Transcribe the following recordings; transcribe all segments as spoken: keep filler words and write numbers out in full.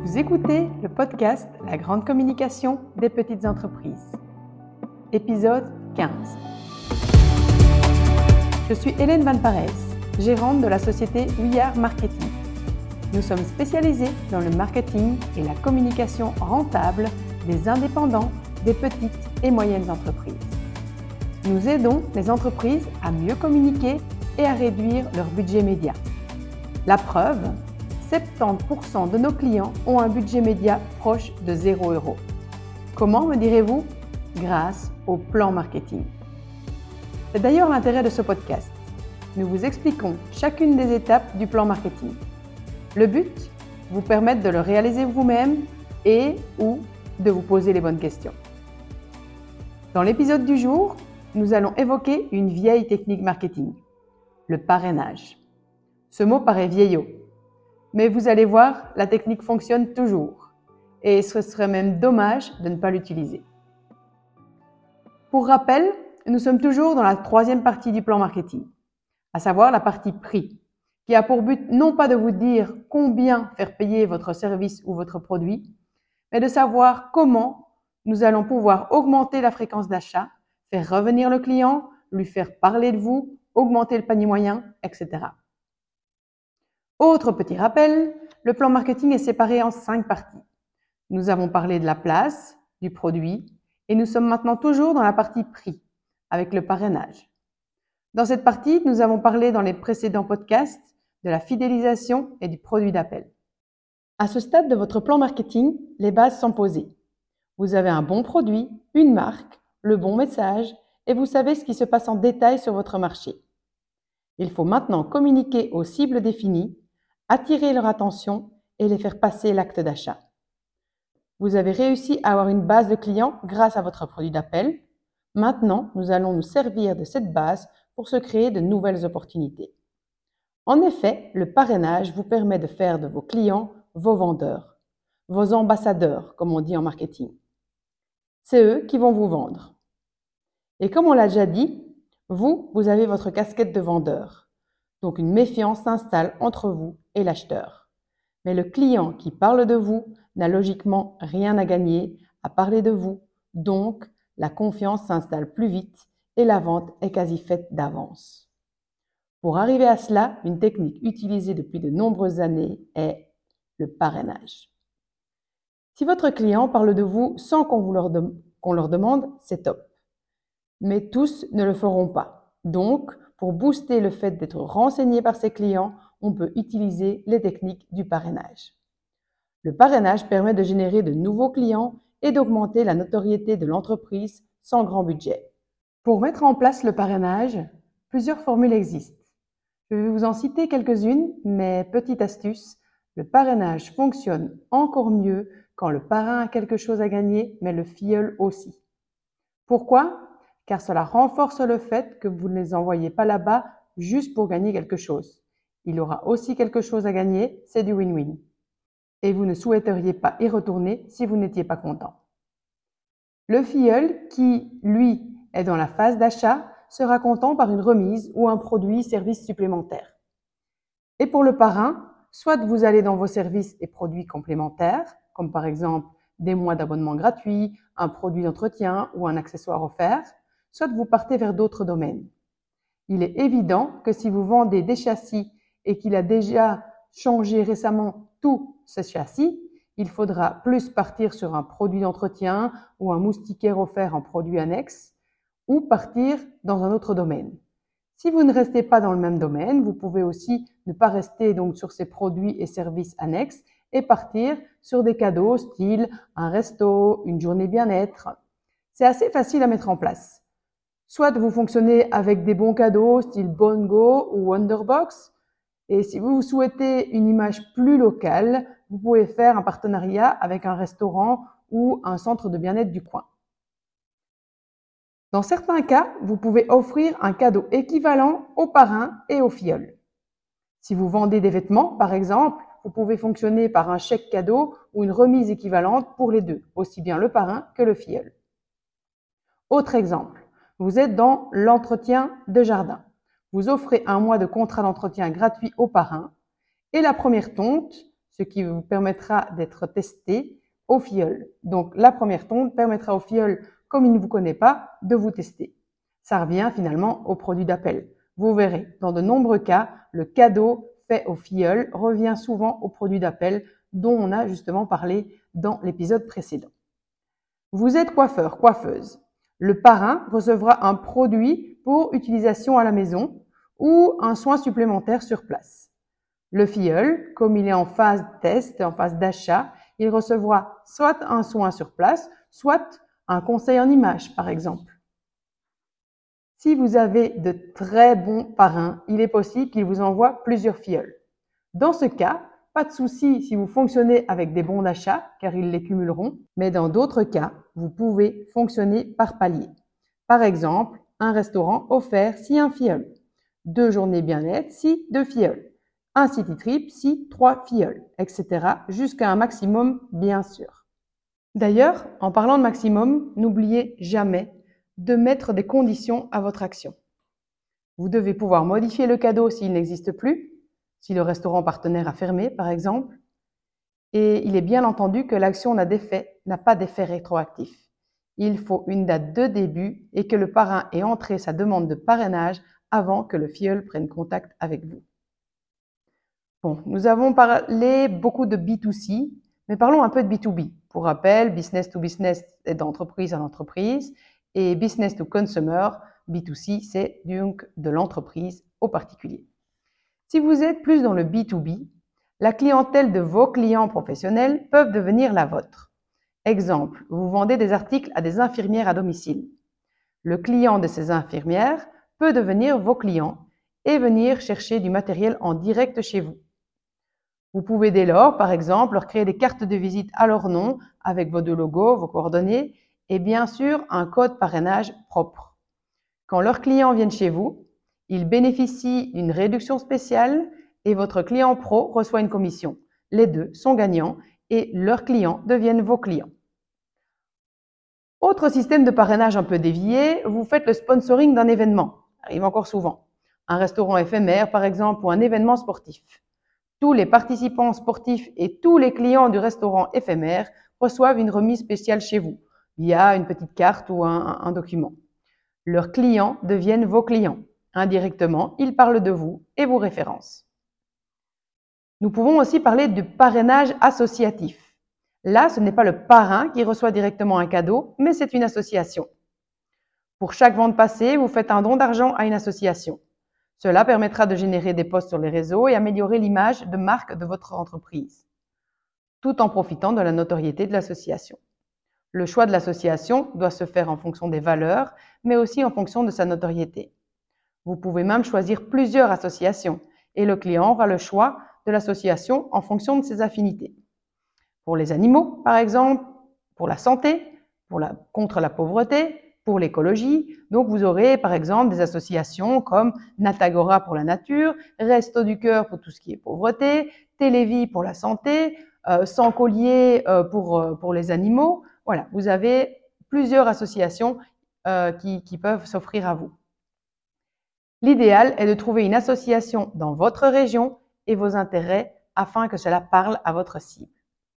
Vous écoutez le podcast La grande communication des petites entreprises. Épisode quinze. Je suis Hélène Van Parijs, gérante de la société We Are Marketing. Nous sommes spécialisés dans le marketing et la communication rentable des indépendants, des petites et moyennes entreprises. Nous aidons les entreprises à mieux communiquer et à réduire leur budget média. La preuve, soixante-dix pour cent de nos clients ont un budget média proche de zéro euro. Comment, me direz-vous? Grâce au plan marketing. C'est d'ailleurs l'intérêt de ce podcast. Nous vous expliquons chacune des étapes du plan marketing. Le but, vous permettre de le réaliser vous-même et ou de vous poser les bonnes questions. Dans l'épisode du jour, nous allons évoquer une vieille technique marketing, le parrainage. Ce mot paraît vieillot. Mais vous allez voir, la technique fonctionne toujours et ce serait même dommage de ne pas l'utiliser. Pour rappel, nous sommes toujours dans la troisième partie du plan marketing, à savoir la partie prix, qui a pour but non pas de vous dire combien faire payer votre service ou votre produit, mais de savoir comment nous allons pouvoir augmenter la fréquence d'achat, faire revenir le client, lui faire parler de vous, augmenter le panier moyen, et cetera. Autre petit rappel, le plan marketing est séparé en cinq parties. Nous avons parlé de la place, du produit, et nous sommes maintenant toujours dans la partie prix, avec le parrainage. Dans cette partie, nous avons parlé dans les précédents podcasts de la fidélisation et du produit d'appel. À ce stade de votre plan marketing, les bases sont posées. Vous avez un bon produit, une marque, le bon message, et vous savez ce qui se passe en détail sur votre marché. Il faut maintenant communiquer aux cibles définies, attirer leur attention et les faire passer l'acte d'achat. Vous avez réussi à avoir une base de clients grâce à votre produit d'appel. Maintenant, nous allons nous servir de cette base pour se créer de nouvelles opportunités. En effet, le parrainage vous permet de faire de vos clients vos vendeurs, vos ambassadeurs, comme on dit en marketing. C'est eux qui vont vous vendre. Et comme on l'a déjà dit, vous, vous avez votre casquette de vendeur. Donc une méfiance s'installe entre vous et l'acheteur. Mais le client qui parle de vous n'a logiquement rien à gagner à parler de vous. Donc, la confiance s'installe plus vite et la vente est quasi faite d'avance. Pour arriver à cela, une technique utilisée depuis de nombreuses années est le parrainage. Si votre client parle de vous sans qu'on, vous leur, de, qu'on leur demande, c'est top. Mais tous ne le feront pas. Donc, pour booster le fait d'être renseigné par ses clients, on peut utiliser les techniques du parrainage. Le parrainage permet de générer de nouveaux clients et d'augmenter la notoriété de l'entreprise sans grand budget. Pour mettre en place le parrainage, plusieurs formules existent. Je vais vous en citer quelques-unes, mais petite astuce, le parrainage fonctionne encore mieux quand le parrain a quelque chose à gagner, mais le filleul aussi. Pourquoi ? Car cela renforce le fait que vous ne les envoyez pas là-bas juste pour gagner quelque chose. Il aura aussi quelque chose à gagner, c'est du win-win. Et vous ne souhaiteriez pas y retourner si vous n'étiez pas content. Le filleul, qui, lui, est dans la phase d'achat, sera content par une remise ou un produit service supplémentaire. Et pour le parrain, soit vous allez dans vos services et produits complémentaires, comme par exemple des mois d'abonnement gratuits, un produit d'entretien ou un accessoire offert, soit vous partez vers d'autres domaines. Il est évident que si vous vendez des châssis et qu'il a déjà changé récemment tout ce châssis, il faudra plus partir sur un produit d'entretien ou un moustiquaire offert en produit annexe ou partir dans un autre domaine. Si vous ne restez pas dans le même domaine, vous pouvez aussi ne pas rester donc sur ces produits et services annexes et partir sur des cadeaux style un resto, une journée bien-être. C'est assez facile à mettre en place. Soit vous fonctionnez avec des bons cadeaux style Bongo ou Wonderbox. Et si vous souhaitez une image plus locale, vous pouvez faire un partenariat avec un restaurant ou un centre de bien-être du coin. Dans certains cas, vous pouvez offrir un cadeau équivalent au parrain et au filleul. Si vous vendez des vêtements, par exemple, vous pouvez fonctionner par un chèque cadeau ou une remise équivalente pour les deux, aussi bien le parrain que le filleul. Autre exemple. Vous êtes dans l'entretien de jardin. Vous offrez un mois de contrat d'entretien gratuit au parrain et la première tonte ce qui vous permettra d'être testé au filleul. Donc, la première tonte permettra au filleul, comme il ne vous connaît pas, de vous tester. Ça revient finalement au produit d'appel. Vous verrez, dans de nombreux cas, le cadeau fait au filleul revient souvent au produit d'appel dont on a justement parlé dans l'épisode précédent. Vous êtes coiffeur, coiffeuse. Le parrain recevra un produit pour utilisation à la maison ou un soin supplémentaire sur place. Le filleul, comme il est en phase test, en phase d'achat, il recevra soit un soin sur place, soit un conseil en images, par exemple. Si vous avez de très bons parrains, il est possible qu'ils vous envoient plusieurs filleuls. Dans ce cas, pas de souci si vous fonctionnez avec des bons d'achat, car ils les cumuleront, mais dans d'autres cas, vous pouvez fonctionner par palier. Par exemple, un restaurant offert si un filleul, deux journées bien-être si deux filleuls, un city trip si trois filleuls, et cetera, jusqu'à un maximum, bien sûr. D'ailleurs, en parlant de maximum, n'oubliez jamais de mettre des conditions à votre action. Vous devez pouvoir modifier le cadeau s'il n'existe plus, si le restaurant partenaire a fermé, par exemple. Et il est bien entendu que l'action n'a d'effet, n'a pas d'effet rétroactif. Il faut une date de début et que le parrain ait entré sa demande de parrainage avant que le filleul prenne contact avec vous. Bon, nous avons parlé beaucoup de B deux C, mais parlons un peu de B deux B. Pour rappel, business to business est d'entreprise à l'entreprise et business to consumer, B deux C, c'est donc de l'entreprise au particulier. Si vous êtes plus dans le B deux B, la clientèle de vos clients professionnels peuvent devenir la vôtre. Exemple, vous vendez des articles à des infirmières à domicile. Le client de ces infirmières peut devenir vos clients et venir chercher du matériel en direct chez vous. Vous pouvez dès lors, par exemple, leur créer des cartes de visite à leur nom avec vos deux logos, vos coordonnées et bien sûr un code parrainage propre. Quand leurs clients viennent chez vous, ils bénéficient d'une réduction spéciale et votre client pro reçoit une commission. Les deux sont gagnants et leurs clients deviennent vos clients. Autre système de parrainage un peu dévié, vous faites le sponsoring d'un événement. Ça arrive encore souvent. Un restaurant éphémère, par exemple, ou un événement sportif. Tous les participants sportifs et tous les clients du restaurant éphémère reçoivent une remise spéciale chez vous, via une petite carte ou un, un document. Leurs clients deviennent vos clients. Indirectement, ils parlent de vous et vous référencent. Nous pouvons aussi parler du parrainage associatif. Là, ce n'est pas le parrain qui reçoit directement un cadeau, mais c'est une association. Pour chaque vente passée, vous faites un don d'argent à une association. Cela permettra de générer des posts sur les réseaux et améliorer l'image de marque de votre entreprise, tout en profitant de la notoriété de l'association. Le choix de l'association doit se faire en fonction des valeurs, mais aussi en fonction de sa notoriété. Vous pouvez même choisir plusieurs associations et le client aura le choix de l'association en fonction de ses affinités. Pour les animaux, par exemple, pour la santé, pour la, contre la pauvreté, pour l'écologie. Donc, vous aurez par exemple des associations comme Natagora pour la nature, Resto du Cœur pour tout ce qui est pauvreté, Télévie pour la santé, euh, Sans Collier euh, pour, euh, pour les animaux. Voilà, vous avez plusieurs associations euh, qui, qui peuvent s'offrir à vous. L'idéal est de trouver une association dans votre région et vos intérêts afin que cela parle à votre cible.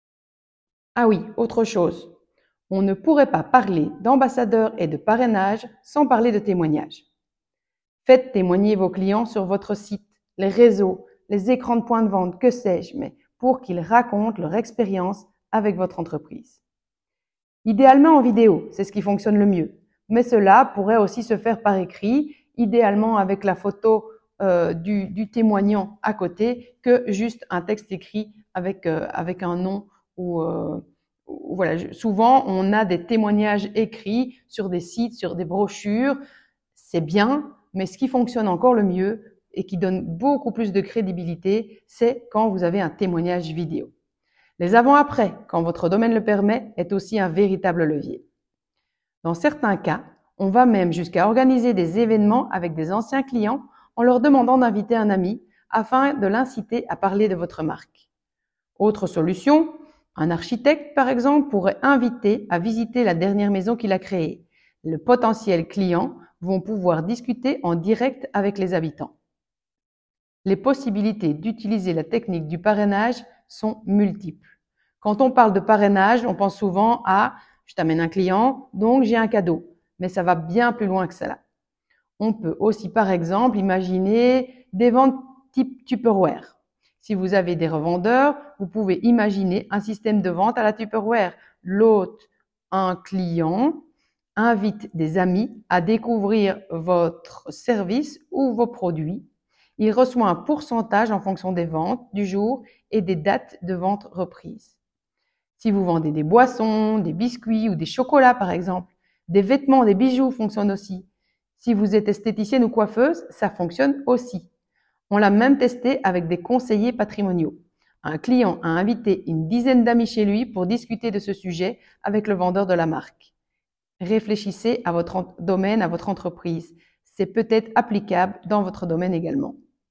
Ah oui, autre chose. On ne pourrait pas parler d'ambassadeur et de parrainage sans parler de témoignage. Faites témoigner vos clients sur votre site, les réseaux, les écrans de point de vente, que sais-je, mais pour qu'ils racontent leur expérience avec votre entreprise. Idéalement en vidéo, c'est ce qui fonctionne le mieux, mais cela pourrait aussi se faire par écrit, idéalement avec la photo euh, du, du témoignant à côté, que juste un texte écrit avec, euh, avec un nom ou... Euh, Voilà, souvent, on a des témoignages écrits sur des sites, sur des brochures. C'est bien, mais ce qui fonctionne encore le mieux et qui donne beaucoup plus de crédibilité, c'est quand vous avez un témoignage vidéo. Les avant-après, quand votre domaine le permet, est aussi un véritable levier. Dans certains cas, on va même jusqu'à organiser des événements avec des anciens clients en leur demandant d'inviter un ami afin de l'inciter à parler de votre marque. Autre solution, un architecte, par exemple, pourrait inviter à visiter la dernière maison qu'il a créée. Les potentiels clients vont pouvoir discuter en direct avec les habitants. Les possibilités d'utiliser la technique du parrainage sont multiples. Quand on parle de parrainage, on pense souvent à « je t'amène un client, donc j'ai un cadeau ». Mais ça va bien plus loin que cela. On peut aussi, par exemple, imaginer des ventes type Tupperware. Si vous avez des revendeurs, vous pouvez imaginer un système de vente à la Tupperware. L'hôte, un client, invite des amis à découvrir votre service ou vos produits. Il reçoit un pourcentage en fonction des ventes du jour et des dates de vente reprises. Si vous vendez des boissons, des biscuits ou des chocolats par exemple, des vêtements, des bijoux fonctionnent aussi. Si vous êtes esthéticienne ou coiffeuse, ça fonctionne aussi. On l'a même testé avec des conseillers patrimoniaux. Un client a invité une dizaine d'amis chez lui pour discuter de ce sujet avec le vendeur de la marque. Réfléchissez à votre domaine, à votre entreprise. C'est peut-être applicable dans votre domaine également.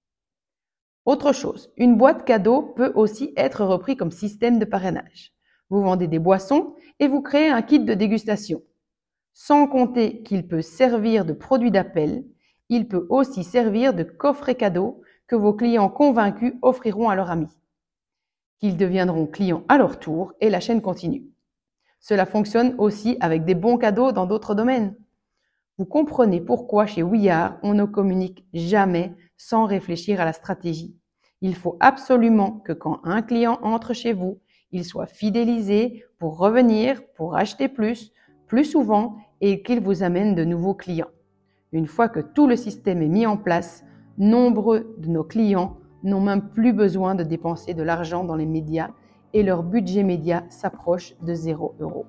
Autre chose, une boîte cadeau peut aussi être repris comme système de parrainage. Vous vendez des boissons et vous créez un kit de dégustation. Sans compter qu'il peut servir de produit d'appel, il peut aussi servir de coffret cadeau que vos clients convaincus offriront à leurs amis, qu'ils deviendront clients à leur tour et la chaîne continue. Cela fonctionne aussi avec des bons cadeaux dans d'autres domaines. Vous comprenez pourquoi chez We Are, on ne communique jamais sans réfléchir à la stratégie. Il faut absolument que quand un client entre chez vous, il soit fidélisé pour revenir, pour acheter plus, plus souvent et qu'il vous amène de nouveaux clients. Une fois que tout le système est mis en place, nombreux de nos clients n'ont même plus besoin de dépenser de l'argent dans les médias et leur budget média s'approche de zéro euro.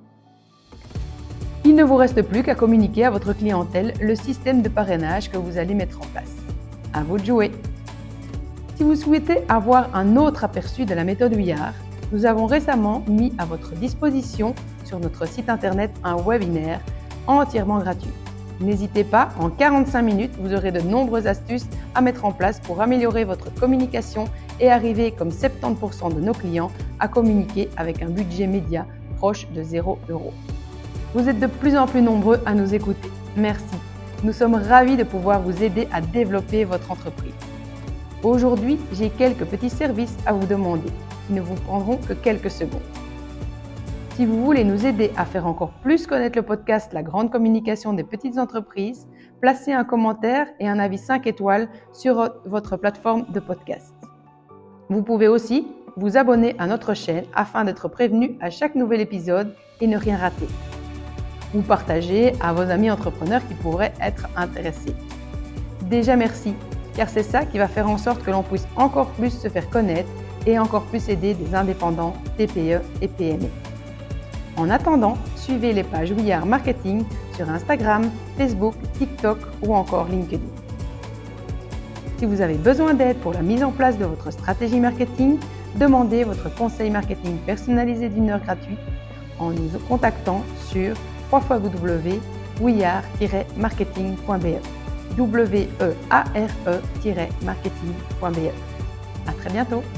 Il ne vous reste plus qu'à communiquer à votre clientèle le système de parrainage que vous allez mettre en place. À vous de jouer! Si vous souhaitez avoir un autre aperçu de la méthode We Are, nous avons récemment mis à votre disposition sur notre site internet un webinaire entièrement gratuit. N'hésitez pas, en quarante-cinq minutes, vous aurez de nombreuses astuces à mettre en place pour améliorer votre communication et arriver, comme soixante-dix pour cent de nos clients, à communiquer avec un budget média proche de zéro euro. Vous êtes de plus en plus nombreux à nous écouter. Merci. Nous sommes ravis de pouvoir vous aider à développer votre entreprise. Aujourd'hui, j'ai quelques petits services à vous demander qui ne vous prendront que quelques secondes. Si vous voulez nous aider à faire encore plus connaître le podcast La Grande Communication des Petites Entreprises, placez un commentaire et un avis cinq étoiles sur votre plateforme de podcast. Vous pouvez aussi vous abonner à notre chaîne afin d'être prévenu à chaque nouvel épisode et ne rien rater. Vous partagez à vos amis entrepreneurs qui pourraient être intéressés. Déjà merci, car c'est ça qui va faire en sorte que l'on puisse encore plus se faire connaître et encore plus aider des indépendants, T P E et P M E. En attendant, suivez les pages We Are Marketing sur Instagram, Facebook, TikTok ou encore LinkedIn. Si vous avez besoin d'aide pour la mise en place de votre stratégie marketing, demandez votre conseil marketing personnalisé d'une heure gratuite en nous contactant sur w w w point we are tiret marketing point b e w e a r e tiret marketing point b e. À très bientôt.